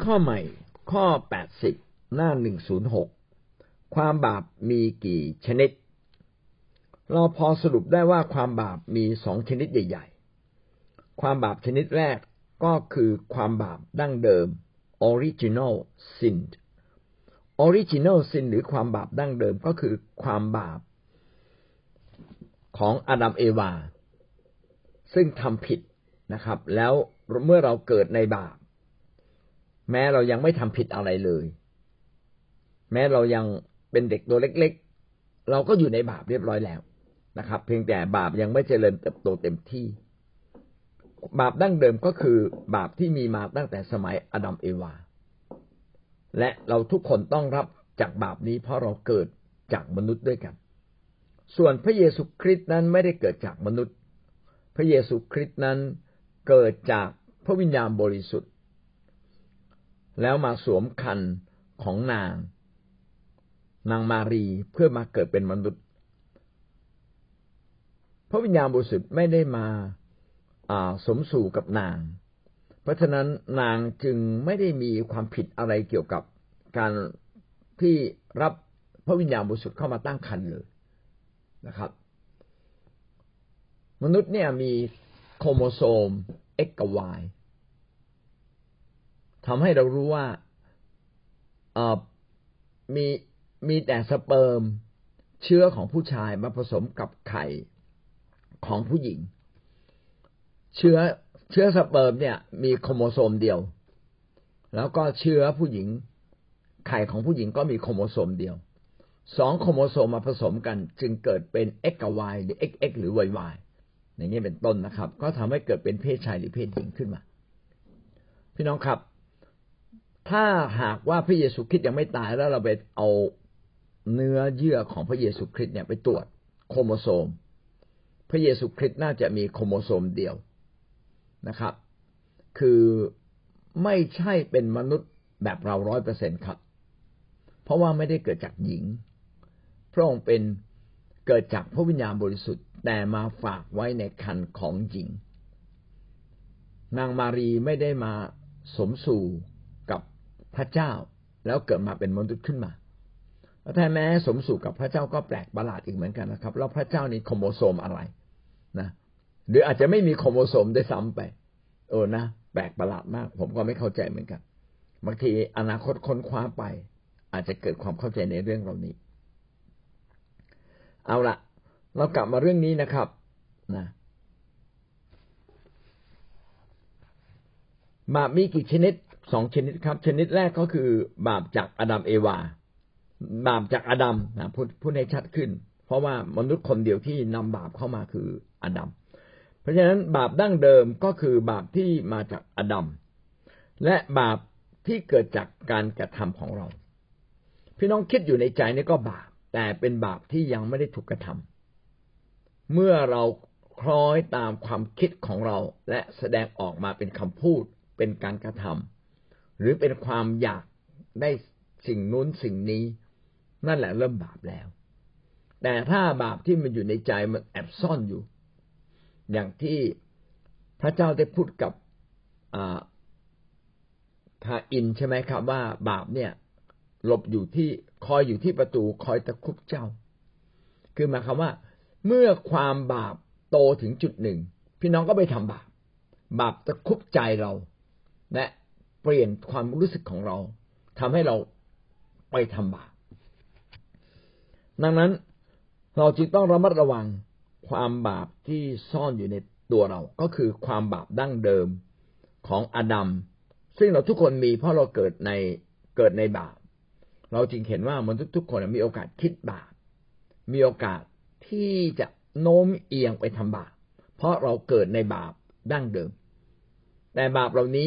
ข้อใหม่ข้อ80หน้า106ความบาปมีกี่ชนิดเราพอสรุปได้ว่าความบาปมี2ชนิดใหญ่ๆความบาปชนิดแรกก็คือความบาปดั้งเดิม original sin original sin หรือความบาปดั้งเดิมก็คือความบาปของอาดัมเอวาซึ่งทำผิดนะครับแล้วเมื่อเราเกิดในบาปแม้เรายังไม่ทำผิดอะไรเลยแม้เรายังเป็นเด็กตัวเล็กๆเราก็อยู่ในบาปเรียบร้อยแล้วนะครับเพียงแต่บาปยังไม่เจริญเติบโตเต็มที่บาปดั้งเดิมก็คือบาปที่มีมาตั้งแต่สมัยอาดัมเอวาและเราทุกคนต้องรับจากบาปนี้เพราะเราเกิดจากมนุษย์ด้วยกันส่วนพระเยซูคริสต์นั้นไม่ได้เกิดจากมนุษย์พระเยซูคริสต์นั้นเกิดจากพระวิญญาณบริสุทธิ์แล้วมาสวมครรภ์ของนางมารีเพื่อมาเกิดเป็นมนุษย์พระวิญญาณบริสุทธิ์ไม่ได้มาสมสู่กับนางเพราะฉะนั้นนางจึงไม่ได้มีความผิดอะไรเกี่ยวกับการที่รับพระวิญญาณบริสุทธิ์เข้ามาตั้งครรภ์เลยนะครับมนุษย์เนี่ยมีโครโมโซม X กับ Y ทำให้เรารู้ว่ามีแต่สเปิร์มเชื้อของผู้ชายมาผสมกับไข่ของผู้หญิงเชื้อสเปิร์มเนี่ยมีโครโมโซมเดียวแล้วก็เชื้อผู้หญิงไข่ของผู้หญิงก็มีโครโมโซมเดียว2โครโมโซมมาผสมกันจึงเกิดเป็น X กับ Y หรือ XX หรือ YY อย่างนี้เป็นต้นนะครับก็ทำให้เกิดเป็นเพศชายหรือเพศหญิงขึ้นมาพี่น้องครับถ้าหากว่าพระเยซูคริสต์ยังไม่ตายแล้วเราไปเอาเนื้อเยื่อของพระเยซูคริสต์เนี่ยไปตรวจโครโมโซมพระเยซูคริสต์น่าจะมีโครโมโซมเดียวนะครับคือไม่ใช่เป็นมนุษย์แบบเรา 100% ครับเพราะว่าไม่ได้เกิดจากหญิงพระองค์เป็นเกิดจากพระวิญญาณบริสุทธิ์แต่มาฝากไว้ในครรภ์ของหญิงนางมารีไม่ได้มาสมสู่กับพระเจ้าแล้วเกิดมาเป็นมนุษย์ขึ้นมาแต่แม้สมสู่กับพระเจ้าก็แปลกประหลาดอีกเหมือนกันนะครับแล้วพระเจ้านี่โครโมโซมอะไรนะหรืออาจจะไม่มีโครโมโซมด้วยซ้ำไปนะแปลกประหลาดมากผมก็ไม่เข้าใจเหมือนกันบางทีอนาคตค้นคว้าไปอาจจะเกิดความเข้าใจในเรื่องเหล่านี้เอาละเรากลับมาเรื่องนี้นะครับนะบาปมีกี่ชนิด2ชนิดครับชนิดแรกก็คือบาปจากอาดัมเอวาบาปจากอาดัมนะพูดให้ชัดขึ้นเพราะว่ามนุษย์คนเดียวที่นำบาปเข้ามาคืออาดัมเพราะฉะนั้นบาปดั้งเดิมก็คือบาปที่มาจากอาดัมและบาปที่เกิดจากการกระทำของเราพี่น้องคิดอยู่ในใจนี่ก็บาปแต่เป็นบาปที่ยังไม่ได้ถูกกระทำเมื่อเราคล้อยตามความคิดของเราและแสดงออกมาเป็นคำพูดเป็นการกระทำหรือเป็นความอยากได้สิ่งนู้นสิ่งนี้นั่นแหละเริ่มบาปแล้วแต่ถ้าบาปที่มันอยู่ในใจมันแอบซ่อนอยู่อย่างที่พระเจ้าได้พูดกับคาอินใช่ไหมครับว่าบาปเนี่ยหลบอยู่ที่คอยอยู่ที่ประตูคอยตะคุบเจ้าคือหมายความว่าเมื่อความบาปโตถึงจุดหนึ่งพี่น้องก็ไปทำบาปตะคุบใจเราและเปลี่ยนความรู้สึกของเราทำให้เราไปทำบาปดังนั้นเราจึงต้องระมัดระวังความบาปที่ซ่อนอยู่ในตัวเราก็คือความบาปดั้งเดิมของอาดัมซึ่งเราทุกคนมีเพราะเราเกิดในบาปเราจึงเห็นว่ามนุษย์ทุกคนมีโอกาสคิดบาปมีโอกาสที่จะโน้มเอียงไปทำบาปเพราะเราเกิดในบาปดั้งเดิมแต่บาปเหล่านี้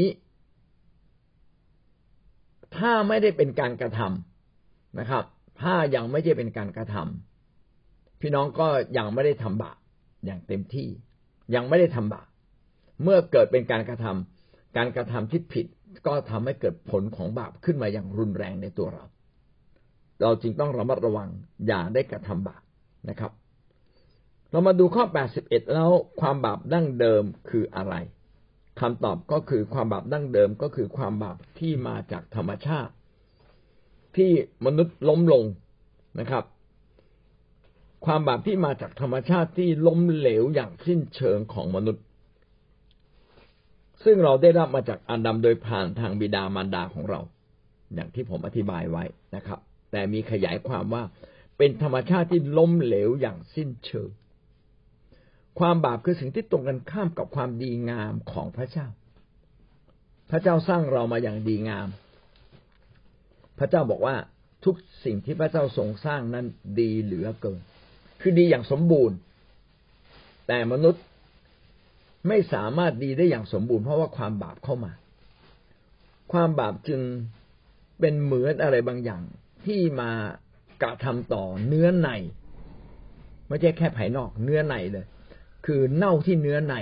ถ้าไม่ได้เป็นการกระทำนะครับถ้ายังไม่ได้เป็นการกระทำพี่น้องก็ยังไม่ได้ทำบาปอย่างเต็มที่ยังไม่ได้ทำบาปเมื่อเกิดเป็นการกระทำที่ผิดก็ทำให้เกิดผลของบาปขึ้นมาอย่างรุนแรงในตัวเราจึงต้องระมัดระวังอย่าได้กระทำบาปนะครับเรามาดูข้อ81แล้วความบาปดั้งเดิมคืออะไรคำตอบก็คือความบาปดั้งเดิมก็คือความบาปที่มาจากธรรมชาติที่มนุษย์ล้มลงนะครับความบาปที่มาจากธรรมชาติที่ล้มเหลวอย่างสิ้นเชิงของมนุษย์ซึ่งเราได้รับมาจากอาดัมโดยผ่านทางบิดามารดาของเราอย่างที่ผมอธิบายไว้นะครับแต่มีขยายความว่าเป็นธรรมชาติที่ล้มเหลวอย่างสิ้นเชิงความบาปคือสิ่งที่ตรงกันข้ามกับความดีงามของพระเจ้าพระเจ้าสร้างเรามาอย่างดีงามพระเจ้าบอกว่าทุกสิ่งที่พระเจ้าทรงสร้างนั้นดีเหลือเกินคือดีอย่างสมบูรณ์แต่มนุษย์ไม่สามารถดีได้อย่างสมบูรณ์เพราะว่าความบาปเข้ามาความบาปจึงเป็นเหมือนอะไรบางอย่างที่มากระทำต่อเนื้อในไม่ใช่แค่ภายนอกเนื้อในเลยคือเน่าที่เนื้อใน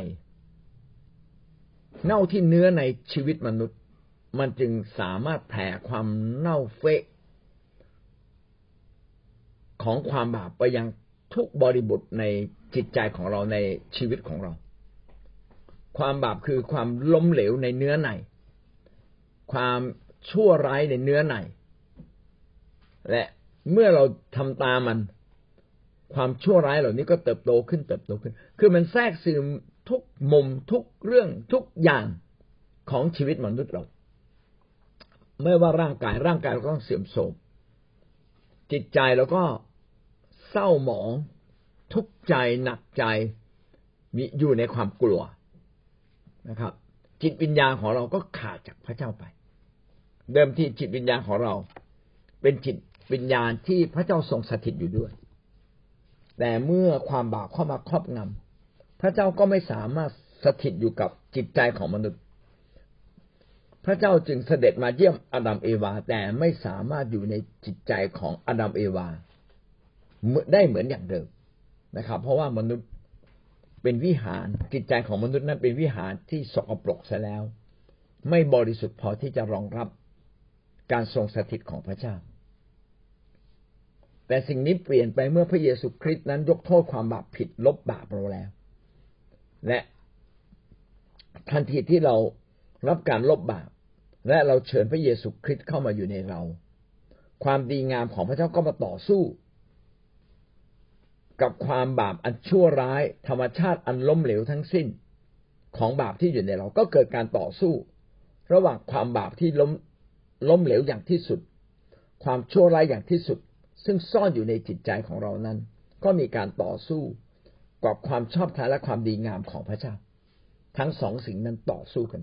เน่าที่เนื้อในชีวิตมนุษย์มันจึงสามารถแผ่ความเน่าเฟะของความบาปไปยังทุกบริบทในจิตใจของเราในชีวิตของเราความบาปคือความล้มเหลวในเนื้อในความชั่วร้ายในเนื้อในและเมื่อเราทำตามมันความชั่วร้ายเหล่านี้ก็เติบโตขึ้นคือมันแทรกซึมทุกมุมทุกเรื่องทุกอย่างของชีวิตมนุษย์เราไม่ว่าร่างกายเราก็ต้องเสื่อมโทรมจิตใจเราก็เศร้าหมองทุกข์ใจหนักใจมีอยู่ในความกลัวนะครับจิตวิญญาณของเราก็ขาดจากพระเจ้าไปเดิมทีจิตวิญญาณของเราเป็นจิตวิญญาณที่พระเจ้าทรงสถิตอยู่ด้วยแต่เมื่อความบาปเข้ามาครอบงำพระเจ้าก็ไม่สามารถสถิตอยู่กับจิตใจของมนุษย์พระเจ้าจึงเสด็จมาเยี่ยมอาดัมเอวาแต่ไม่สามารถอยู่ในจิตใจของอาดัมเอวาได้เหมือนอย่างเดิมนะครับเพราะว่ามนุษย์เป็นวิหารจิตใจของมนุษย์นั้นเป็นวิหารที่สกปรกซะแล้วไม่บริสุทธิ์พอที่จะรองรับการทรงสถิตของพระเจ้าแต่สิ่งนี้เปลี่ยนไปเมื่อพระเยซูคริสต์นั้นยกโทษความบาปผิดลบบาปเราแล้วและทันทีที่เรารับการลบบาปและเราเชิญพระเยซูคริสต์เข้ามาอยู่ในเราความดีงามของพระเจ้าก็มาต่อสู้กับความบาปอันชั่วร้ายธรรมชาติอันล้มเหลวทั้งสิ้นของบาปที่อยู่ในเราก็เกิดการต่อสู้ระหว่างความบาปที่ล้มเหลวอย่างที่สุดความชั่วร้ายอย่างที่สุดซึ่งซ่อนอยู่ในจิตใจของเรานั้นก็มีการต่อสู้กับความชอบธรรมและความดีงามของพระเจ้าทั้งสองสิ่งนั้นต่อสู้กัน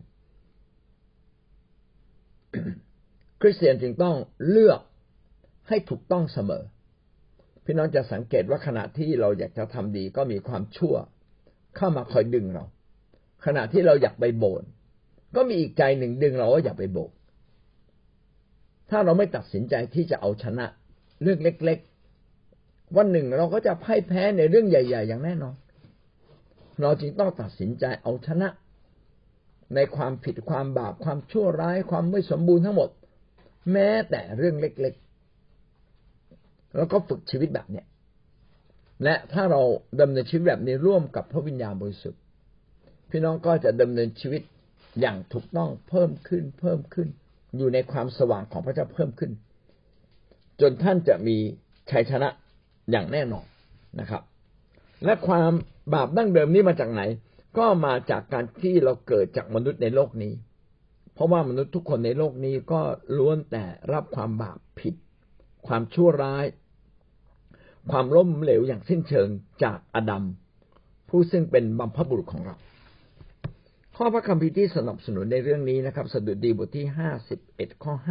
คริสเตียนจึงต้องเลือกให้ถูกต้องเสมอพี่น้องจะสังเกตว่าขณะที่เราอยากจะทำดีก็มีความชั่วเข้ามาคอยดึงเราขณะที่เราอยากไปโบสถ์ก็มีอีกใจหนึ่งดึงเราว่าอย่าไปโบสถ์ถ้าเราไม่ตัดสินใจที่จะเอาชนะเรื่องเล็กๆวันหนึ่งเราก็จะพ่ายแพ้ในเรื่องใหญ่ๆอย่างแน่นอนเราจึงต้องตัดสินใจเอาชนะในความผิดความบาปความชั่วร้ายความไม่สมบูรณ์ทั้งหมดแม้แต่เรื่องเล็กๆแล้วก็ฝึกชีวิตแบบนี้และถ้าเราดำเนินชีวิตแบบนี้ร่วมกับพระวิญญาณบริสุทธิ์พี่น้องก็จะดำเนินชีวิตอย่างถูกต้องเพิ่มขึ้นอยู่ในความสว่างของพระเจ้าเพิ่มขึ้นจนท่านจะมีชัยชนะอย่างแน่นอนนะครับและความบาปดั้งเดิมนี้มาจากไหนก็มาจากการที่เราเกิดจากมนุษย์ในโลกนี้เพราะว่ามนุษย์ทุกคนในโลกนี้ก็ล้วนแต่รับความบาปผิดความชั่วร้ายความล้มเหลวอย่างสิ้นเชิงจากอาดัมผู้ซึ่งเป็นบัมพบุรุษของเราข้อพระคัมภีร์ที่สนับสนุนในเรื่องนี้นะครับสดุดีบทที่51ข้อ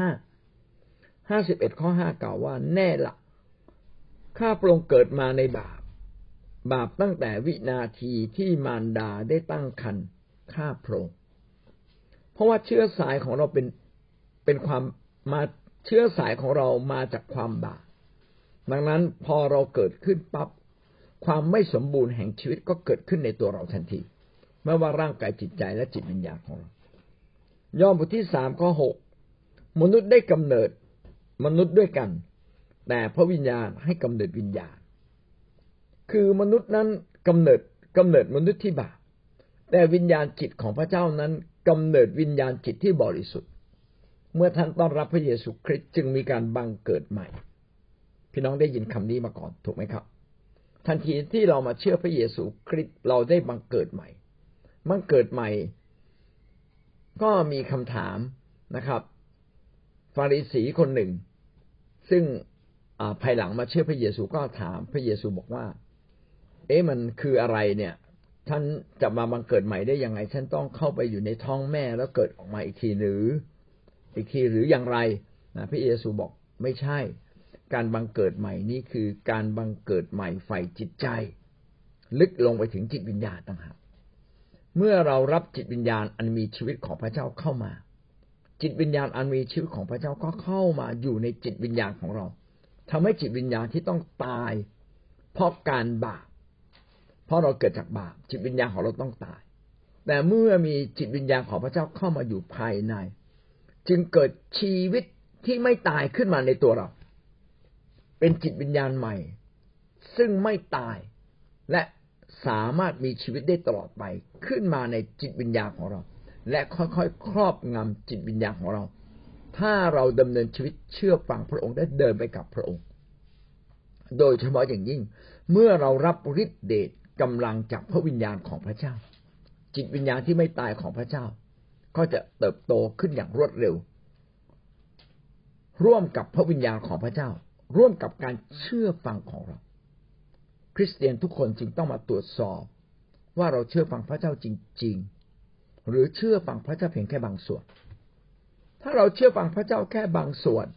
5 กล่าวว่าแน่ละข้าพระองค์เกิดมาในบาปตั้งแต่วินาทีที่มารดาได้ตั้งครรภ์ข้าพระองค์เพราะว่าเชื้อสายของเราเป็นความมาเชื้อสายของเรามาจากความบาปดังนั้นพอเราเกิดขึ้นปั๊บความไม่สมบูรณ์แห่งชีวิตก็เกิดขึ้นในตัวเราทันทีไม่ว่าร่างกายจิตใจและจิตวิญญาณของเรายอห์นบทที่3ข้อ6มนุษย์ได้กำเนิดมนุษย์ด้วยกันแต่พระวิญญาณให้กำเนิดวิญญาณคือมนุษย์นั้นกำเนิดมนุษย์ที่บาปแต่วิญญาณจิตของพระเจ้านั้นกำเนิดวิญญาณจิตที่บริสุทธิ์เมื่อท่านต้อนรับพระเยซูคริสต์จึงมีการบังเกิดใหม่พี่น้องได้ยินคำนี้มาก่อนถูกไหมครับทันทีที่เรามาเชื่อพระเยซูคริสต์เราได้บังเกิดใหม่บังเกิดใหม่ก็มีคำถามนะครับฟาริสีคนหนึ่งซึ่งภายหลังมาเชื่อพระเยซูก็ถามพระเยซูบอกว่ามันคืออะไรเนี่ยฉันจะมาบังเกิดใหม่ได้ยังไงฉันต้องเข้าไปอยู่ในท้องแม่แล้วเกิดออกมาอีกทีหรืออย่างไรนะพระเยซูบอกไม่ใช่การบังเกิดใหม่นี้คือการบังเกิดใหม่ฝ่ายจิตใจลึกลงไปถึงจิตวิญญาณต่างหากเมื่อเรารับจิตวิญญาณอันมีชีวิตของพระเจ้าเข้ามาจิตวิญญาณอันมีชีวิตของพระเจ้าก็เข้ามาอยู่ในจิตวิญญาณของเราทำให้จิตวิญญาณที่ต้องตายเพราะการบาปเพราะเราเกิดจากบาปจิตวิญญาณของเราต้องตายแต่เมื่อมีจิตวิญญาณของพระเจ้าเข้ามาอยู่ภายในจึงเกิดชีวิตที่ไม่ตายขึ้นมาในตัวเราเป็นจิตวิญญาณใหม่ซึ่งไม่ตายและสามารถมีชีวิตได้ตลอดไปขึ้นมาในจิตวิญญาณของเราและค่อยๆครอบงำจิตวิญญาณของเราถ้าเราดำเนินชีวิตเชื่อฟังพระองค์และเดินไปกับพระองค์โดยเฉพาะอย่างยิ่งเมื่อเรารับฤทธิ์เดชกำลังจากพระวิญญาณของพระเจ้าจิตวิญญาณที่ไม่ตายของพระเจ้าก็จะเติบโตขึ้นอย่างรวดเร็วร่วมกับพระวิญญาณของพระเจ้าร่วมกับการเชื่อฟังของเราคริสเตียนทุกคนจึงต้องมาตรวจสอบว่าเราเชื่อฟังพระเจ้าจริงๆหรือเชื่อฟังพระเจ้าเพียงแค่บางส่วนถ้าเราเชื่อฟังพระเจ้าแค่บางส่วน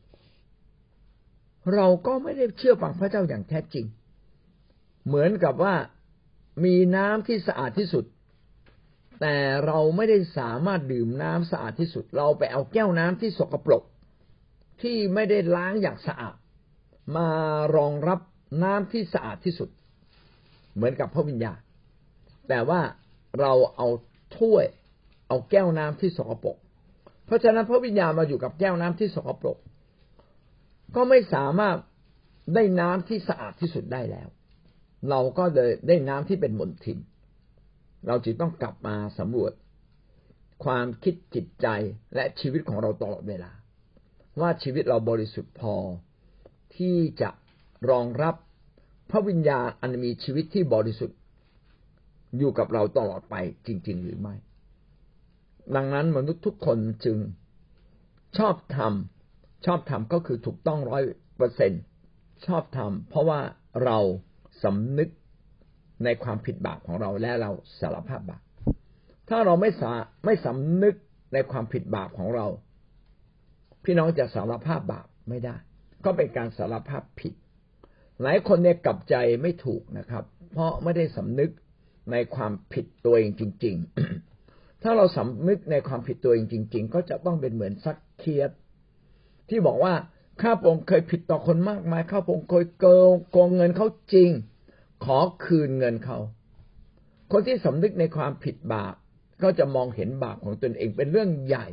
เราก็ไม่ได้เชื่อฟังพระเจ้าอย่างแท้จริงเหมือนกับว่ามีน้ำที่สะอาดที่สุดแต่เราไม่ได้สามารถดื่มน้ำสะอาดที่สุดเราไปเอาแก้วน้ำที่สกปรกที่ไม่ได้ล้างอย่างสะอาดมารองรับน้ำที่สะอาดที่สุดเหมือนกับพระวิญญาณแต่ว่าเราเอาถ้วยเอาแก้วน้ำที่สกปรกเพราะฉะนั้นพระวิญญาณมาอยู่กับแก้วน้ำที่สกปรกก็ไม่สามารถได้น้ำที่สะอาดที่สุดได้แล้วเราก็เลยได้น้ำที่เป็นมลทินเราจึงต้องกลับมาสำรวจความคิดจิตใจและชีวิตของเราตลอดเวลาว่าชีวิตเราบริสุทธิ์พอที่จะรองรับพระวิญญาณอันมีชีวิตที่บริสุทธิ์อยู่กับเราตลอดไปจริงๆหรือไม่ดังนั้นมนุษย์ทุกคนจึงชอบธรรมก็คือถูกต้อง 100% ชอบธรรมเพราะว่าเราสำนึกในความผิดบาปของเราและเราสารภาพบาปถ้าเราไม่สำนึกในความผิดบาปของเราพี่น้องจะสารภาพบาปไม่ได้ก็เป็นการสารภาพผิดหลายคนเนี่ยกลับใจไม่ถูกนะครับเพราะไม่ได้สำนึกในความผิดตัวเองจริงๆถ้าเราสำนึกในความผิดตัวเองจริงๆก็จะต้องเป็นเหมือนซักเคียสที่บอกว่าข้าพระองค์เคยผิดต่อคนมากมายข้าพระองค์เคยโกงเงินเขาจริงขอคืนเงินเขาคนที่สำนึกในความผิดบาปก็จะมองเห็นบาปของตนเองเป็นเรื่องใหญ่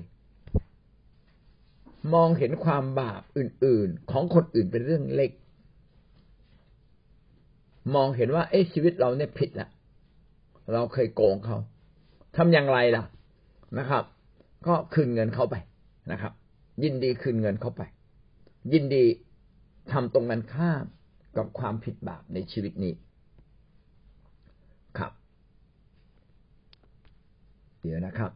มองเห็นความบาปอื่นๆของคนอื่นเป็นเรื่องเล็กมองเห็นว่าชีวิตเราเนี่ยผิดละเราเคยโกงเขาทำอย่างไรล่ะนะครับก็คืนเงินเขาไปนะครับยินดีคืนเงินเขาไปยินดีทำตรงกันข้ามกับความผิดบาปในชีวิตนี้ครับเดี๋ยวนะครับ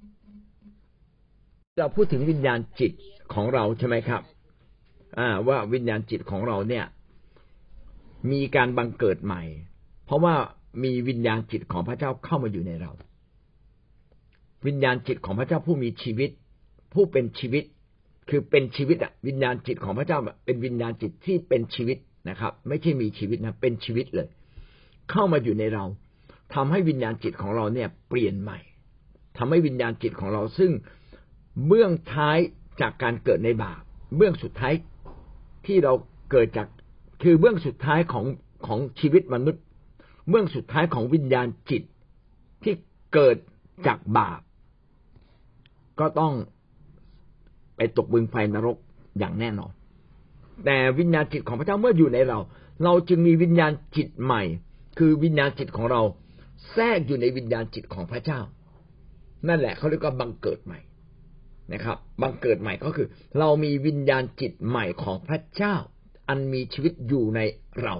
เราพูดถึงวิญญาณจิตของเราใช่ไหมครับว่าวิญญาณจิตของเราเนี่ยมีการบังเกิดใหม่เพราะว่ามีวิญญาณจิตของพระเจ้าเข้ามาอยู่ในเราวิญญาณจิตของพระเจ้าผู้มีชีวิตผู้เป็นชีวิตคือเป็นชีวิตวิญญาณจิตของพระเจ้าเป็นวิญญาณจิตที่เป็นชีวิตนะครับไม่ใช่มีชีวิตนะเป็นชีวิตเลยเข้ามาอยู่ในเราทำให้วิญญาณจิตของเราเนี่ยเปลี่ยนใหม่ทำให้วิญญาณจิตของเราซึ่งเบื้องท้ายจากการเกิดในบาปเบื้องสุดท้ายที่เราเกิดจากคือเบื้องสุดท้ายของชีวิตมนุษย์เบื้องสุดท้ายของวิญญาณจิตที่เกิดจากบาปก็ต้องไปตกบึงไฟนรกอย่างแน่นอนแต่วิญญาณจิตของพระเจ้าเมื่ออยู่ในเราจึงมีวิญญาณจิตใหม่คือวิญญาณจิตของเราแทรกอยู่ในวิญญาณจิตของพระเจ้านั่นแหละเขาเรียกว่าบังเกิดใหม่นะครับบังเกิดใหม่ก็คือเรามีวิญญาณจิตใหม่ของพระเจ้าอันมีชีวิตอยู่ในเรา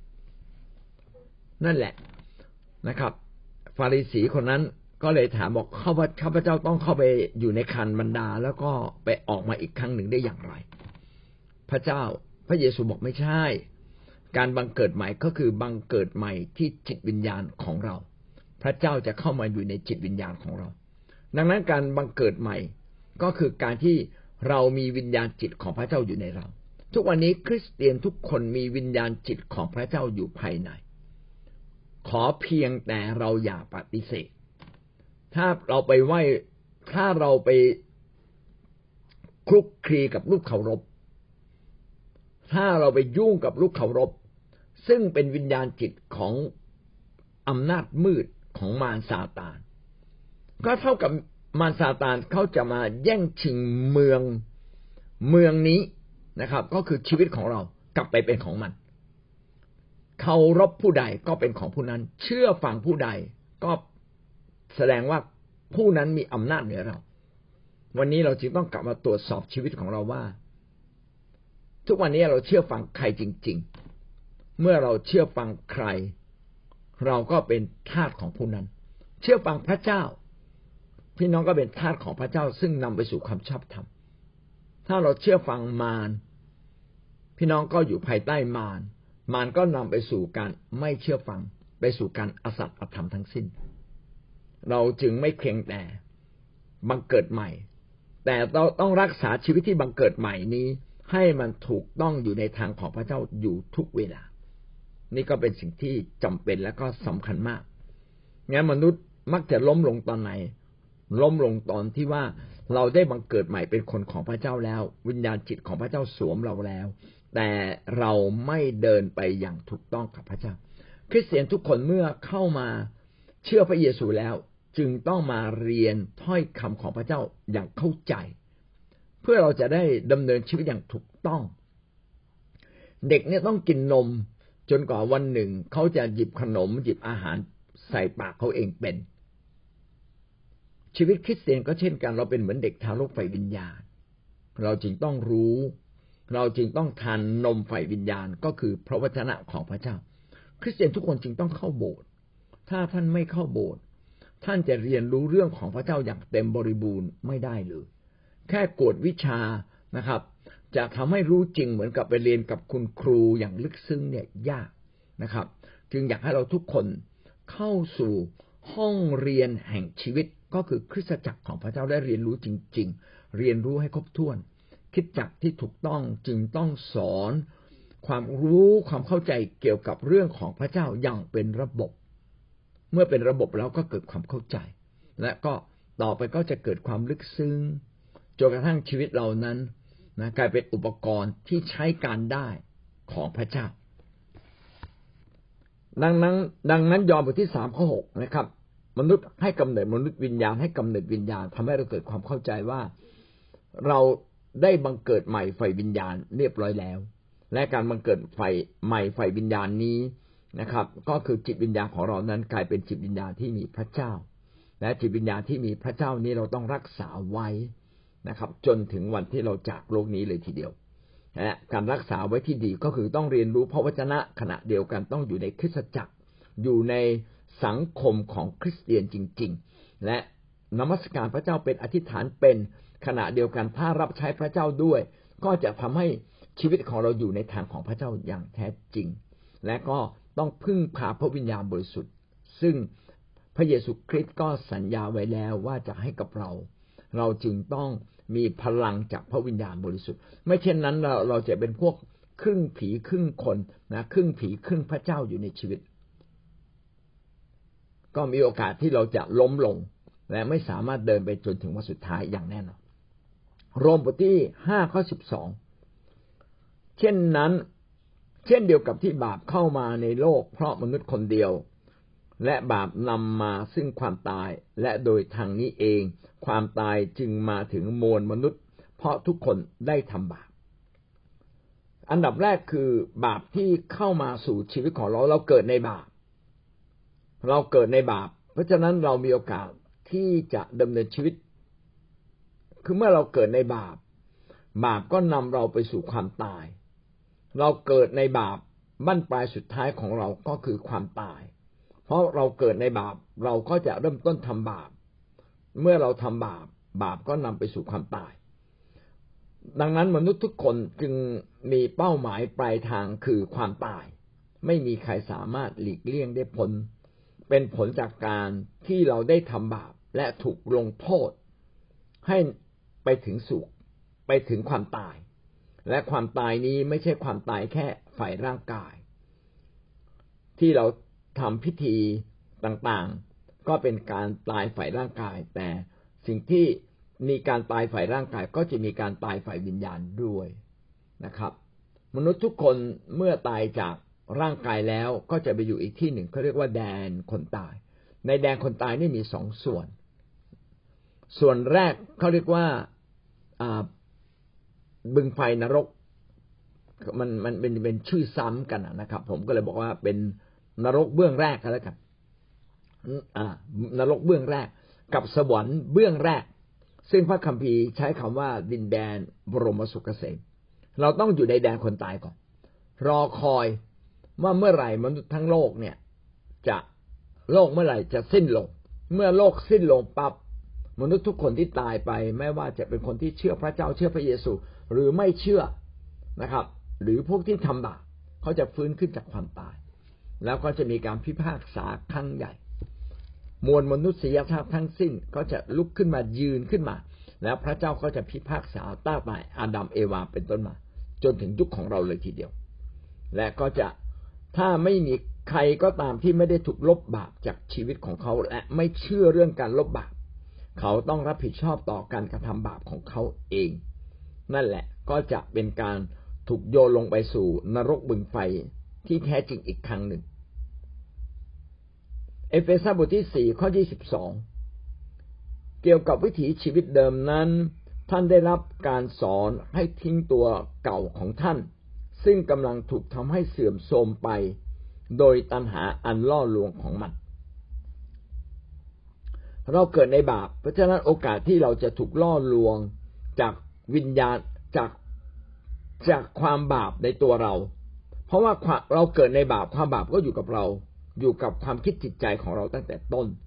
นั่นแหละนะครับฟาริสีคนนั้นก็เลยถามบอกข้าพเจ้าต้องเข้าไปอยู่ในคันมารดาแล้วก็ไปออกมาอีกครั้งหนึ่งได้อย่างไรพระเยซูบอกไม่ใช่การบังเกิดใหม่ก็คือบังเกิดใหม่ที่จิตวิญญาณของเราพระเจ้าจะเข้ามาอยู่ในจิตวิญญาณของเราดังนั้นการบังเกิดใหม่ก็คือการที่เรามีวิญญาณจิตของพระเจ้าอยู่ในเราทุกวันนี้คริสเตียนทุกคนมีวิญญาณจิตของพระเจ้าอยู่ภายในขอเพียงแต่เราอย่าปฏิเสธถ้าเราไปคลุกคลีกับรูปเคารพถ้าเราไปยุ่งกับรูปเคารพซึ่งเป็นวิญญาณจิตของอำนาจมืดของมารซาตานก็เท่ากับมารซาตานเขาจะมาแย่งชิงเมืองนี้นะครับก็คือชีวิตของเรากลับไปเป็นของมันเคารพผู้ใดก็เป็นของผู้นั้นเชื่อฟังผู้ใดก็แสดงว่าผู้นั้นมีอำนาจเหนือเราวันนี้เราจึงต้องกลับมาตรวจสอบชีวิตของเราว่าทุกวันนี้เราเชื่อฟังใครจริงๆเมื่อเราเชื่อฟังใครเราก็เป็นทาสของผู้นั้นเชื่อฟังพระเจ้าพี่น้องก็เป็นทาสของพระเจ้าซึ่งนำไปสู่ความชอบธรรมถ้าเราเชื่อฟังมารพี่น้องก็อยู่ภายใต้มารก็นำไปสู่การไม่เชื่อฟังไปสู่การอสัตย์อธรรมทั้งสิ้นเราจึงไม่เพียงแต่บังเกิดใหม่แต่เราต้องรักษาชีวิตที่บังเกิดใหม่นี้ให้มันถูกต้องอยู่ในทางของพระเจ้าอยู่ทุกเวลานี่ก็เป็นสิ่งที่จำเป็นและก็สำคัญมากงั้นมนุษย์มักจะล้มลงตอนไหนล้มลงตอนที่ว่าเราได้บังเกิดใหม่เป็นคนของพระเจ้าแล้ววิญญาณจิตของพระเจ้าสวมเราแล้วแต่เราไม่เดินไปอย่างถูกต้องกับพระเจ้าคริสเตียนทุกคนเมื่อเข้ามาเชื่อพระเยซูแล้วจึงต้องมาเรียนถ้อยคำของพระเจ้าอย่างเข้าใจเพื่อเราจะได้ดำเนินชีวิตอย่างถูกต้องเด็กเนี่ยต้องกินนมจนกว่าวันหนึ่งเขาจะหยิบขนมหยิบอาหารใส่ปากเขาเองเป็นชีวิตคริสเตียนก็เช่นกันเราเป็นเหมือนเด็กทารกฝ่ายวิญญาณเราจึงต้องรู้เราจึงต้องทานนมฝ่ายวิญญาณก็คือพระวจนะของพระเจ้าคริสเตียนทุกคนจึงต้องเข้าโบสถ์ถ้าท่านไม่เข้าโบสถ์ท่านจะเรียนรู้เรื่องของพระเจ้าอย่างเต็มบริบูรณ์ไม่ได้เลยแค่กวดวิชานะครับจะทำให้รู้จริงเหมือนกับไปเรียนกับคุณครูอย่างลึกซึ้งเนี่ยยากนะครับจึงอยากให้เราทุกคนเข้าสู่ห้องเรียนแห่งชีวิตก็คือคริสตจักรของพระเจ้าได้เรียนรู้จริงๆเรียนรู้ให้ครบถ้วนคริสตจักรที่ถูกต้องจึงต้องสอนความรู้ความเข้าใจเกี่ยวกับเรื่องของพระเจ้าอย่างเป็นระบบเมื่อเป็นระบบแล้วก็เกิดความเข้าใจและก็ต่อไปก็จะเกิดความลึกซึ้งจนกระทั่งชีวิตเรานั้นกลายเป็นอุปกรณ์ที่ใช้การได้ของพระเจ้าดังนั้นยอห์นบทที่3ข้อ6นะครับมนุษย์ให้กำเนิดมนุษย์วิญญาณให้กำเนิดวิญญาณทำให้เราเกิดความเข้าใจว่าเราได้บังเกิดใหม่ฝ่ายวิญญาณเรียบร้อยแล้วและการบังเกิดฝ่ายใหม่ฝ่ายวิญญาณนี้นะครับก็คือจิตวิญญาณของเรานั้นกลายเป็นจิตวิญญาณที่มีพระเจ้าและจิตวิญญาณที่มีพระเจ้านี้เราต้องรักษาไว้นะครับจนถึงวันที่เราจากโลกนี้เลยทีเดียวและการรักษาไว้ที่ดีก็คือต้องเรียนรู้พระวจนะขณะเดียวกันต้องอยู่ในคริสตจักรอยู่ในสังคมของคริสเตียนจริงๆและนมัสการพระเจ้าเป็นอธิษฐานเป็นขณะเดียวกันถ้ารับใช้พระเจ้าด้วยก็จะทำให้ชีวิตของเราอยู่ในทางของพระเจ้าอย่างแท้จริงและก็ต้องพึ่งพาพระวิญญาณบริสุทธิ์ซึ่งพระเยซูคริสต์ก็สัญญาไว้แล้วว่าจะให้กับเราจึงต้องมีพลังจากพระวิญญาณบริสุทธิ์ไม่เช่นนั้นเราจะเป็นพวกครึ่งผีครึ่งคนนะครึ่งผีครึ่งพระเจ้าอยู่ในชีวิตก็มีโอกาสที่เราจะล้มลงและไม่สามารถเดินไปจนถึงวันสุดท้ายอย่างแน่นอนโรมบทที่5ข้อ12เช่นเดียวกับที่บาปเข้ามาในโลกเพราะมนุษย์คนเดียวและบาปนำมาซึ่งความตายและโดยทางนี้เองความตายจึงมาถึงมวลมนุษย์เพราะทุกคนได้ทำบาปอันดับแรกคือบาปที่เข้ามาสู่ชีวิตของเราเกิดในบาปเราเกิดในบาปเพราะฉะนั้นเรามีโอกาสที่จะดำเนินชีวิตคือเมื่อเราเกิดในบาปก็นำเราไปสู่ความตายเราเกิดในบาปบั้นปลายสุดท้ายของเราก็คือความตายเพราะเราเกิดในบาปเราก็จะเริ่มต้นทำบาปเมื่อเราทำบาปก็นำไปสู่ความตายดังนั้นมนุษย์ทุกคนจึงมีเป้าหมายปลายทางคือความตายไม่มีใครสามารถหลีกเลี่ยงได้พ้นเป็นผลจากการที่เราได้ทำบาปและถูกลงโทษให้ไปถึงความตายและความตายนี้ไม่ใช่ความตายแค่ฝ่ายร่างกายที่เราทำพิธีต่างๆก็เป็นการตายฝ่ายร่างกายแต่สิ่งที่มีการตายฝ่ายร่างกายก็จะมีการตายฝ่ายวิญญาณด้วยนะครับมนุษย์ทุกคนเมื่อตายจากร่างกายแล้วก็จะไปอยู่อีกที่หนึ่งเขาเรียกว่าแดนคนตายในแดนคนตายนี่มี2ส่วนแรกเขาเรียกว่าบึงไฟนรกมันเป็นชื่อซ้ำกันนะครับผมก็เลยบอกว่าเป็นนรกเบื้องแรกก็แล้วกันนรกเบื้องแรกกับสวรรค์เบื้องแรกซึ่งพระคัมภีร์ใช้คำว่าดินแดนบรมสุขเกษมเราต้องอยู่ในแดนคนตายก่อนรอคอยว่าเมื่อไหร่มนุษย์ทั้งโลกเนี่ยโลกเมื่อไหร่จะสิ้นลงเมื่อโลกสิ้นลงปั๊บมนุษย์ทุกคนที่ตายไปไม่ว่าจะเป็นคนที่เชื่อพระเจ้าเชื่อพระเยซูหรือไม่เชื่อนะครับหรือพวกที่ทำบาปเขาจะฟื้นขึ้นจากความตายแล้วก็จะมีการพิพากษาครั้งใหญ่มวลมนุษยชาติทั้งสิ้นก็จะลุกขึ้นมายืนขึ้นมาแล้วพระเจ้าก็จะพิพากษาตั้งแต่อาดัมเอวาเป็นต้นมาจนถึงยุคของเราเลยทีเดียวและก็จะถ้าไม่มีใครก็ตามที่ไม่ได้ถูกลบบาปจากชีวิตของเขาและไม่เชื่อเรื่องการลบบาปเขาต้องรับผิดชอบต่อการกระทำบาปของเขาเองนั่นแหละก็จะเป็นการถูกโยนลงไปสู่นรกบึงไฟที่แท้จริงอีกครั้งหนึ่งเอเฟซัสบทที่4ข้อ22เกี่ยวกับวิถีชีวิตเดิมนั้นท่านได้รับการสอนให้ทิ้งตัวเก่าของท่านซึ่งกำลังถูกทำให้เสื่อมโทรมไปโดยตัณหาอันล่อลวงของมันเราเกิดในบาปเพราะฉะนั้นโอกาสที่เราจะถูกล่อลวงจากวิญญาณจากความบาปในตัวเราเพราะว่าเราเกิดในบาปความบาปก็อยู่กับเราอยู่กับความคิดจิตใจของเราตั้งแต่ต้น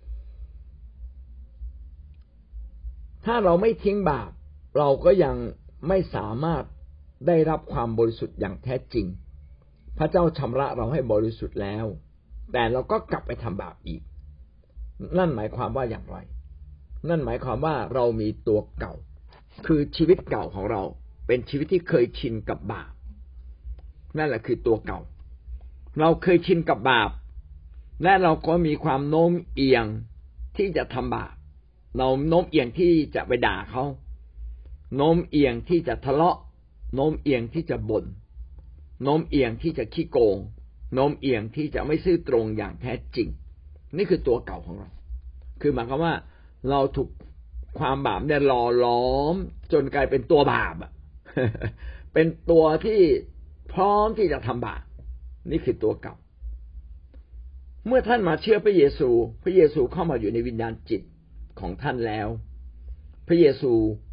ถ้าเราไม่ทิ้งบาปเราก็ยังไม่สามารถได้รับความบริสุทธิ์อย่างแท้จริงพระเจ้าชำระเราให้บริสุทธิ์แล้วแต่เราก็กลับไปทำบาปอีกนั่นหมายความว่าอย่างไรนั่นหมายความว่าเรามีตัวเก่าคือชีวิตเก่าของเราเป็นชีวิตที่เคยชินกับบาปนั่นแหละคือตัวเก่าเราเคยชินกับบาปและเราก็มีความโน้มเอียงที่จะทำบาปเราโน้มเอียงที่จะไปด่าเขาโน้มเอียงที่จะทะเลาะโน้มเอียงที่จะบ่นโน้มเอียงที่จะขี้โกงโน้มเอียงที่จะไม่ซื่อตรงอย่างแท้จริงนี่คือตัวเก่าของเราคือหมายความว่าเราถูกความบาปเนี่ยหล่อหลอมจนกลายเป็นตัวบาปเป็นตัวที่พร้อมที่จะทำบาปนี่คือตัวเก่าเมื่อท่านมาเชื่อพระเยซูเข้ามาอยู่ในวิญญาณจิตของท่านแล้วพระเยซู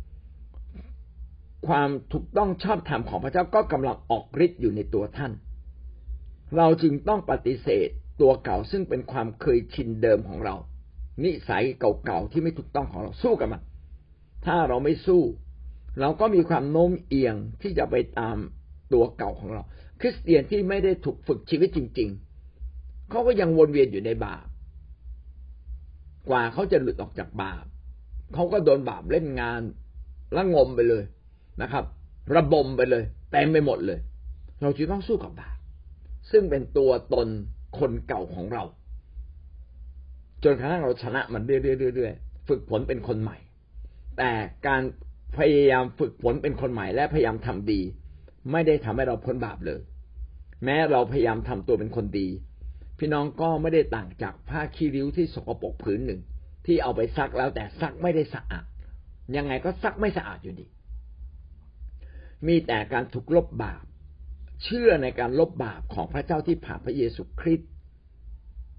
ความถูกต้องชอบธรรมของพระเจ้าก็กำลังออกฤทธิ์อยู่ในตัวท่านเราจึงต้องปฏิเสธตัวเก่าซึ่งเป็นความเคยชินเดิมของเรานิสัยเก่าๆที่ไม่ถูกต้องของเราสู้กับมันถ้าเราไม่สู้เราก็มีความโน้มเอียงที่จะไปตามตัวเก่าของเราคริสเตียนที่ไม่ได้ถูกฝึกชีวิตจริงๆเขาก็ยังวนเวียนอยู่ในบาปกว่าเขาจะหลุดออกจากบาปเขาก็โดนบาปเล่นงานละงมไปเลยนะครับระบมไปเลยเต็มไปหมดเลยเราจึงต้องสู้กับบาปซึ่งเป็นตัวตนคนเก่าของเราจนกระทั่งเราชนะมันเรื่อยๆฝึกฝนเป็นคนใหม่แต่การพยายามฝึกฝนเป็นคนใหม่และพยายามทำดีไม่ได้ทำให้เราพ้นบาปเลยแม้เราพยายามทำตัวเป็นคนดีพี่น้องก็ไม่ได้ต่างจากผ้าขี้ริ้วที่สกปรกผืนหนึ่งที่เอาไปซักแล้วแต่ซักไม่ได้สะอาดยังไงก็ซักไม่สะอาดอยู่ดีมีแต่การถูกลบบาปเชื่อในการลบบาปของพระเจ้าที่ผ่านพระเยซูคริสต์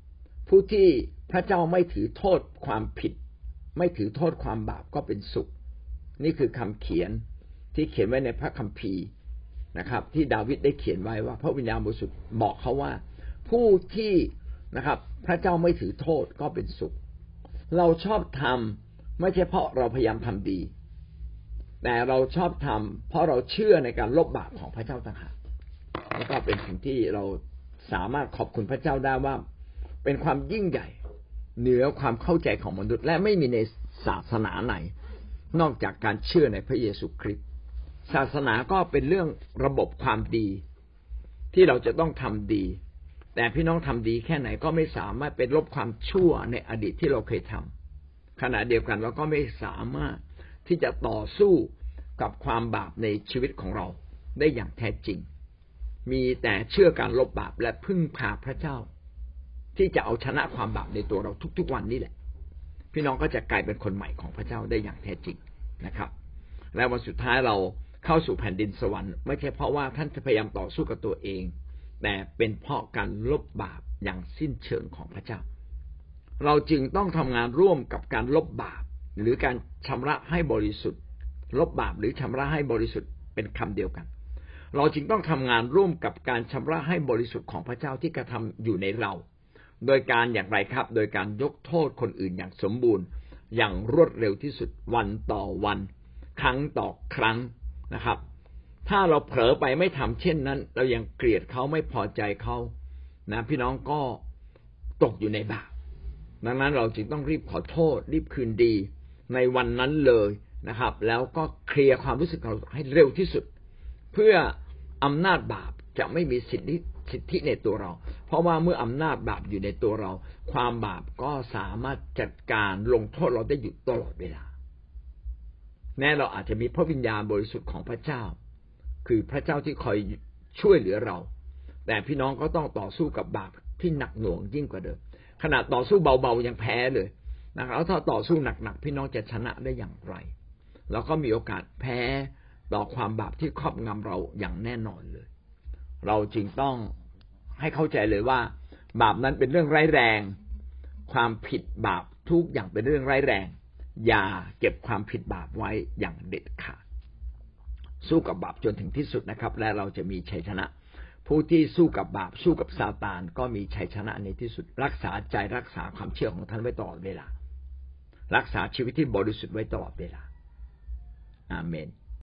ผู้ที่พระเจ้าไม่ถือโทษความผิดไม่ถือโทษความบาปก็เป็นสุขนี่คือคำเขียนที่เขียนไว้ในพระคัมภีร์นะครับที่ดาวิดได้เขียนไว้ว่าพระวิญญาณบริสุทธิ์บอกเขาว่าผู้ที่นะครับพระเจ้าไม่ถือโทษก็เป็นสุขเราชอบทำไม่ใช่เพราะเราพยายามทำดีแต่เราชอบทำเพราะเราเชื่อในการลบบาปของพระเจ้าต่างหากแล้วก็เป็นสิ่งที่เราสามารถขอบคุณพระเจ้าได้ว่าเป็นความยิ่งใหญ่เหนือความเข้าใจของมนุษย์และไม่มีในศาสนาไหนนอกจากการเชื่อในพระเยซูคริสต์ศาสนาก็เป็นเรื่องระบบความดีที่เราจะต้องทำดีแต่พี่น้องทำดีแค่ไหนก็ไม่สามารถเป็นลบความชั่วในอดีตที่เราเคยทำขณะเดียวกันเราก็ไม่สามารถที่จะต่อสู้กับความบาปในชีวิตของเราได้อย่างแท้จริงมีแต่เชื่อการลบบาปและพึ่งพาพระเจ้าที่จะเอาชนะความบาปในตัวเราทุกๆวันนี่แหละพี่น้องก็จะกลายเป็นคนใหม่ของพระเจ้าได้อย่างแท้จริงนะครับและวันสุดท้ายเราเข้าสู่แผ่นดินสวรรค์ไม่ใช่เพราะว่าท่านพยายามต่อสู้กับตัวเองแต่เป็นเพราะการลบบาปอย่างสิ้นเชิงของพระเจ้าเราจึงต้องทำงานร่วมกับการลบบาปหรือการชำระให้บริสุทธิ์ลบบาปหรือชำระให้บริสุทธิ์เป็นคำเดียวกันเราจึงต้องทำงานร่วมกับการชำระให้บริสุทธิ์ของพระเจ้าที่กระทำอยู่ในเราโดยการอย่างไรครับโดยการยกโทษคนอื่นอย่างสมบูรณ์อย่างรวดเร็วที่สุดวันต่อวันครั้งต่อครั้งนะครับถ้าเราเผลอไปไม่ทำเช่นนั้นเรายังเกลียดเขาไม่พอใจเขานะพี่น้องก็ตกอยู่ในบาปดังนั้นเราจึงต้องรีบขอโทษรีบคืนดีในวันนั้นเลยนะครับแล้วก็เคลียร์ความรู้สึกเราให้เร็วที่สุดเพื่ออำนาจบาปจะไม่มีสิทธิในตัวเราเพราะว่าเมื่ออำนาจบาปอยู่ในตัวเราความบาปก็สามารถจัดการลงโทษเราได้อยู่ตลอดเวลาแม้เราอาจจะมีพระวิญญาณบริสุทธิ์ของพระเจ้าคือพระเจ้าที่คอยช่วยเหลือเราแต่พี่น้องก็ต้องต่อสู้กับบาปที่หนักหน่วงยิ่งกว่าเดิมขนาดต่อสู้เบาๆยังแพ้เลยนะครับแล้วถ้าต่อสู้หนักๆพี่น้องจะชนะได้อย่างไรเราก็มีโอกาสแพ้ต่อความบาปที่ครอบงำเราอย่างแน่นอนเลยเราจึงต้องให้เข้าใจเลยว่าบาปนั้นเป็นเรื่องร้ายแรงความผิดบาปทุกอย่างเป็นเรื่องร้ายแรงอย่าเก็บความผิดบาปไว้อย่างเด็ดขาดสู้กับบาปจนถึงที่สุดนะครับและเราจะมีชัยชนะผู้ที่สู้กับบาปสู้กับซาตานก็มีชัยชนะในที่สุดรักษาใจรักษาความเชื่อของท่านไว้ตลอดเวลารักษาชีวิตที่บริสุทธิ์ไว้ตลอดเวลาอาเมน